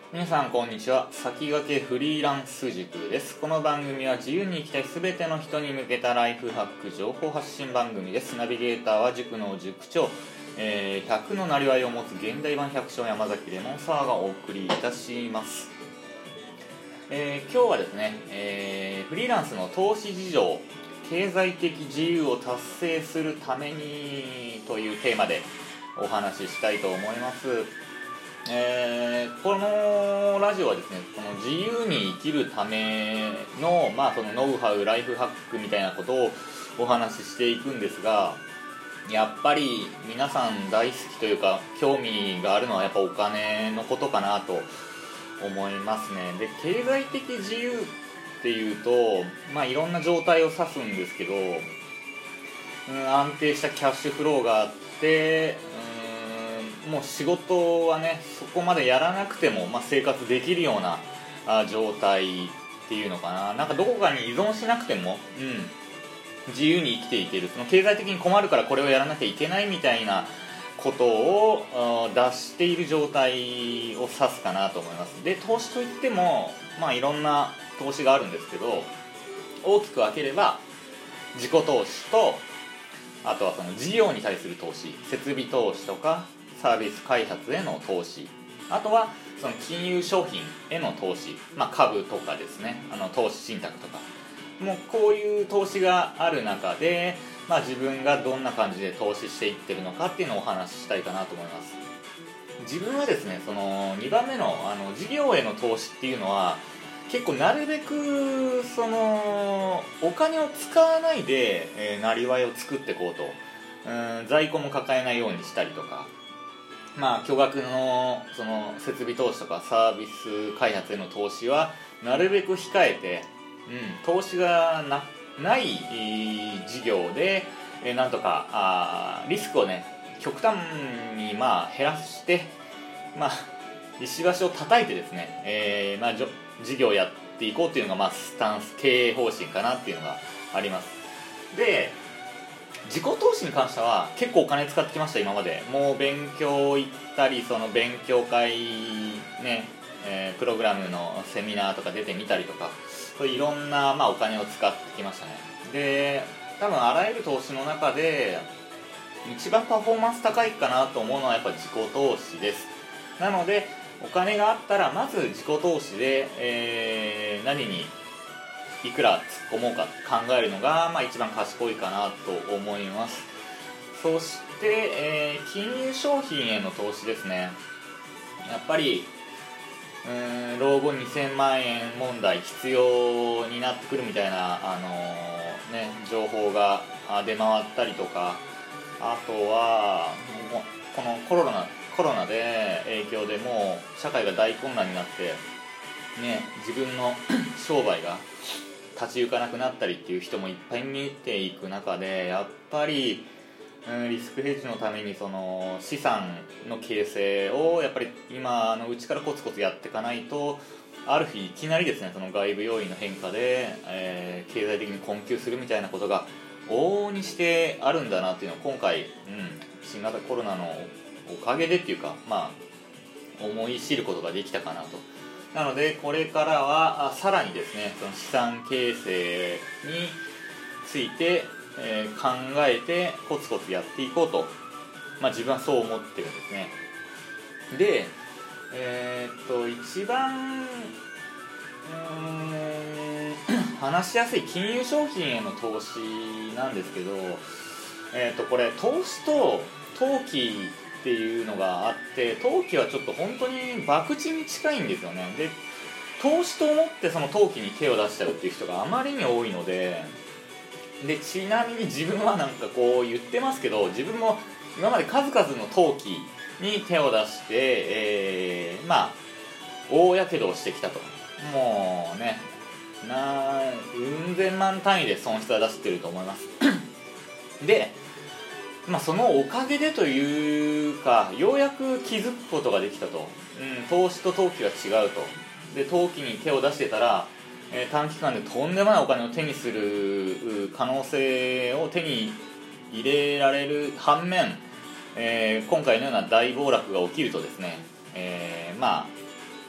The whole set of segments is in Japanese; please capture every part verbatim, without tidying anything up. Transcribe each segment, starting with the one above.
皆さんこんにちは。先駆けフリーランス塾です。この番組は自由に生きたいすべての人に向けたライフハック情報発信番組です。ナビゲーターは塾の塾長、えー、ひゃくのなりわいを持つ現代版百姓山崎レモンサワーがお送りいたします。えー、今日はですね、えー、フリーランスの投資事情、経済的自由を達成するためにというテーマでお話ししたいと思います。えー、このラジオはですね、この自由に生きるための、まあ、そのノウハウ、ライフハックみたいなことをお話ししていくんですが、やっぱり皆さん大好きというか興味があるのはやっぱお金のことかなと思いますね。で、経済的自由っていうと、まあ、いろんな状態を指すんですけど、うん、安定したキャッシュフローがあって、もう仕事はねそこまでやらなくても、まあ、生活できるようなあ状態っていうのかな。なんかどこかに依存しなくても、うん、自由に生きていける。その経済的に困るからこれをやらなきゃいけないみたいなことを出している状態を指すかなと思います。で、投資といっても、まあ、いろんな投資があるんですけど、大きく分ければ自己投資と、あとはその事業に対する投資、設備投資とかサービス開発への投資、あとはその金融商品への投資、まあ、株とかですね、あの投資信託とか、もうこういう投資がある中で、まあ、自分がどんな感じで投資していってるのかっていうのをお話ししたいかなと思います。自分はですね、そのにばんめの、あの事業への投資っていうのは結構なるべくそのお金を使わないで、えー、なりわいを作っていこうと、うん、在庫も抱えないようにしたりとか、まあ、巨額のその設備投資とかサービス開発への投資はなるべく控えて、うん、投資が な, ない事業で、えー、なんとかあリスクをね極端にまあ減らして、まあ、石橋を叩いてですね、えーまあ、事業をやっていこうっていうのが、まあ、スタンス経営方針かなっていうのがあります。で、自己投資に関しては結構お金使ってきました。今までもう勉強行ったり、その勉強会ね、えー、プログラムのセミナーとか出てみたりとか、そういういろんな、まあ、お金を使ってきましたね。で、多分あらゆる投資の中で一番パフォーマンス高いかなと思うのはやっぱ自己投資です。なのでお金があったらまず自己投資で、えー、何にいくら突っ込もうか考えるのが、まあ、一番賢いかなと思います。そして、えー、金融商品への投資ですね。やっぱりうーん老後にせんまんえん問題必要になってくるみたいな、あのーね、情報が出回ったりとか、あとはこのコロナコロナで影響でもう社会が大混乱になってね、自分の商売が立ち行かなくなったりっていう人もいっぱい見ていく中で、やっぱり、うん、リスクヘッジのためにその資産の形成をやっぱり今のうちからコツコツやっていかないと、ある日いきなりですね、その外部要因の変化で、えー、経済的に困窮するみたいなことが往々にしてあるんだなっていうのを今回、うん、新型コロナのおかげでっていうか、まあ思い知ることができたかなと。なのでこれからはさらにですね、その資産形成について、えー、考えてコツコツやっていこうと、まあ、自分はそう思ってるんですね。で、えー、っと一番うーん話しやすい金融商品への投資なんですけど、えー、っとこれ投資と投機っていうのがあって、投機はちょっと本当に博打に近いんですよね。で、投資と思ってその投機に手を出しちゃうっていう人があまりに多いので、でちなみに自分はなんかこう言ってますけど、自分も今まで数々の投機に手を出して、えー、まあ大やけどをしてきたと。もうね、なうん千万単位で損失は出してると思いますで、まあ、そのおかげでというか、ようやく気づくことができたと、うん、投資と投機は違うと。で、投機に手を出してたら、えー、短期間でとんでもないお金を手にする可能性を手に入れられる反面、えー、今回のような大暴落が起きるとですね、えー、まあ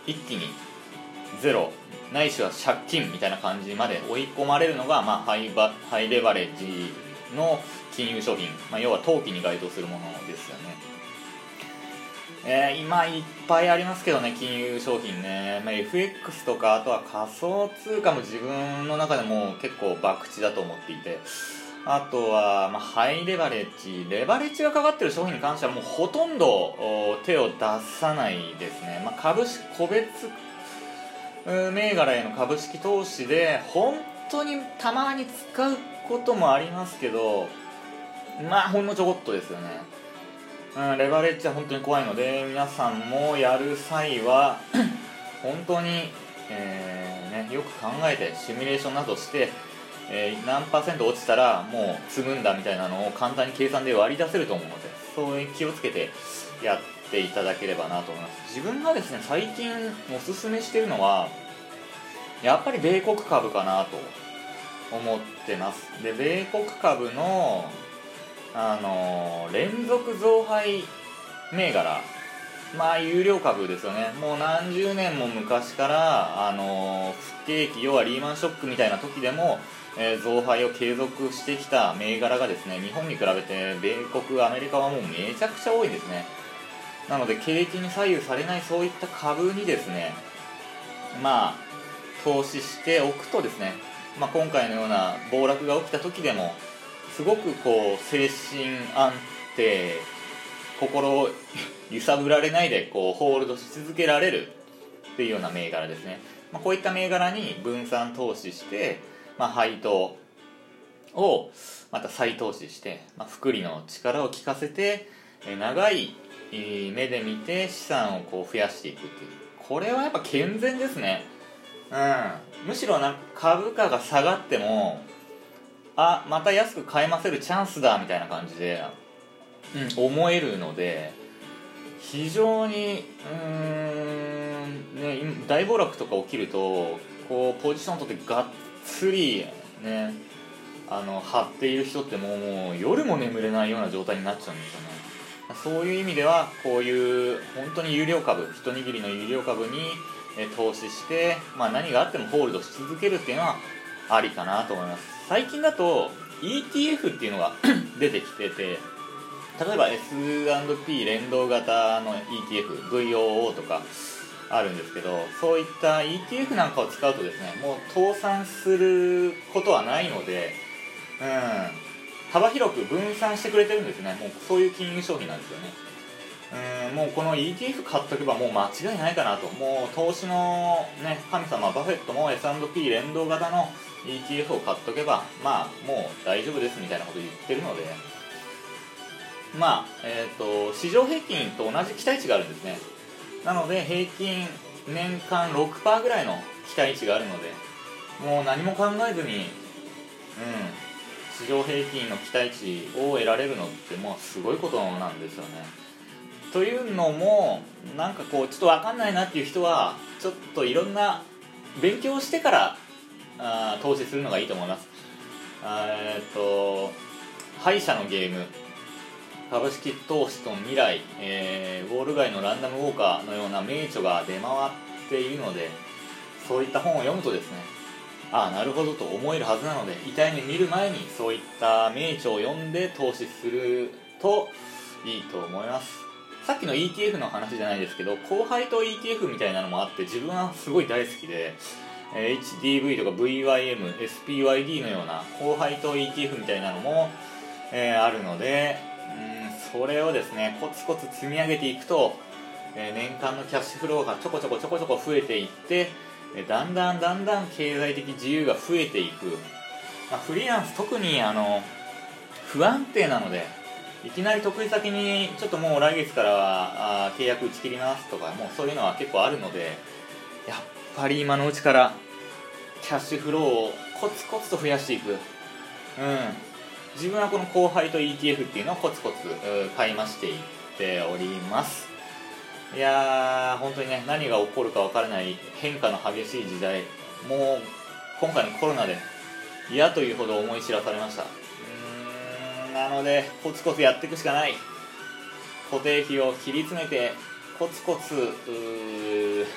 一気にゼロないしは借金みたいな感じまで追い込まれるのが、まあ、ハイバ、ハイレバレッジの金融商品、まあ、要は投機に該当するものですよね。えー、今いっぱいありますけどね、金融商品ね、まあ、エフエックス とかあとは仮想通貨も自分の中でも結構博打だと思っていて、あとは、まあ、ハイレバレッジレバレッジがかかっている商品に関してはもうほとんど手を出さないですね。まあ、株式個別銘柄への株式投資で本当にたまに使うこともありますけど、まあほんのちょこっとですよね。うん、レバレッジは本当に怖いので、皆さんもやる際は本当に、えーね、よく考えてシミュレーションなどして、えー、何パーセント落ちたらもう積むんだみたいなのを簡単に計算で割り出せると思うので、そういう気をつけてやっていただければなと思います。自分がですね最近おすすめしているのはやっぱり米国株かなと思ってます。で米国株のあの連続増配銘柄、まあ有料株ですよね。もう何十年も昔からあの不景気、要はリーマンショックみたいな時でも、えー、増配を継続してきた銘柄がですね、日本に比べて米国アメリカはもうめちゃくちゃ多いですね。なので景気に左右されないそういった株にですね、まあ投資しておくとですね、まあ、今回のような暴落が起きた時でもすごくこう精神安定、心を揺さぶられないでこうホールドし続けられるっていうような銘柄ですね。まあ、こういった銘柄に分散投資して、まあ、配当をまた再投資して、まあ、複利の力を効かせて長い目で見て資産をこう増やしていくっていう、これはやっぱ健全ですね。うん、むしろなんか株価が下がってもあまた安く買えませるチャンスだみたいな感じで、うん、思えるので非常にうーん、ね、大暴落とか起きるとこうポジション取ってがっつりねあの張っている人ってもう、もう夜も眠れないような状態になっちゃうんですよね。そういう意味ではこういう本当に有料株、一握りの有料株に投資して、まあ、何があってもホールドし続けるっていうのはありかなと思います。最近だと イーティーエフ っていうのが出てきてて、例えば エスアンドピー 連動型の イーティーエフ、ブイオーオー とかあるんですけど、そういった イーティーエフ なんかを使うとですね、もう倒産することはないので、うん、幅広く分散してくれてるんですね。もうそういう金融商品なんですよね。うん、もうこの イーティーエフ 買っとけばもう間違いないかなと。もう投資の、ね、神様バフェットも エスアンドピー 連動型の イーティーエフ を買っとけばまあもう大丈夫ですみたいなこと言ってるので、まあえーと市場平均と同じ期待値があるんですね。なので平均年間 ろくパーセント ぐらいの期待値があるので、もう何も考えずに、うん、市場平均の期待値を得られるのってもうすごいことなんですよね。というのもなんかこうちょっと分かんないなっていう人はちょっといろんな勉強をしてからあ投資するのがいいと思います。えーっと敗者のゲーム、株式投資と未来、えー、ウォール街のランダムウォーカーのような名著が出回っているので、そういった本を読むとですね、ああなるほどと思えるはずなので、痛い目見る前にそういった名著を読んで投資するといいと思います。さっきの イーティーエフ の話じゃないですけど、高配当 イーティーエフ みたいなのもあって自分はすごい大好きで、エイチディーブイ とか ブイワイエム、エスピーワイディー のような高配当 イーティーエフ みたいなのも、えー、あるので、うん、それをですねコツコツ積み上げていくと、えー、年間のキャッシュフローがちょこちょこちょこちょこ増えていって、えー、だんだんだんだん経済的自由が増えていく、まあ、フリーランス特にあの不安定なので、いきなり得意先にちょっともう来月からはあ契約打ち切りますとか、もうそういうのは結構あるので、やっぱり今のうちからキャッシュフローをコツコツと増やしていく、うん、自分はこの高配当 イーティーエフ っていうのをコツコツ買い増していっております。いやー本当にね、何が起こるか分からない変化の激しい時代、もう今回のコロナで嫌というほど思い知らされました。なのでコツコツやっていくしかない。固定費を切り詰めてコツコツ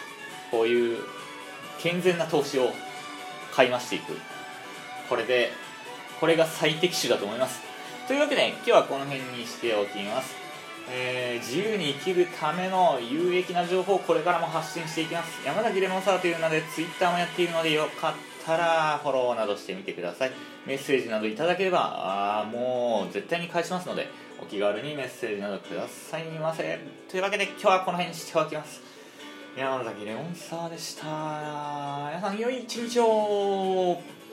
こういう健全な投資を買い増していく、これでこれが最適種だと思います。というわけで今日はこの辺にしておきます。えー、自由に生きるための有益な情報をこれからも発信していきます。山崎レモンサワーという名でツイッターもやっているので、よかったらフォローなどしてみてください。メッセージなどいただければあもう絶対に返しますので、お気軽にメッセージなどくださいませ。というわけで今日はこの辺にしておきます。山崎レモンサワーでした。皆さん良い一日を。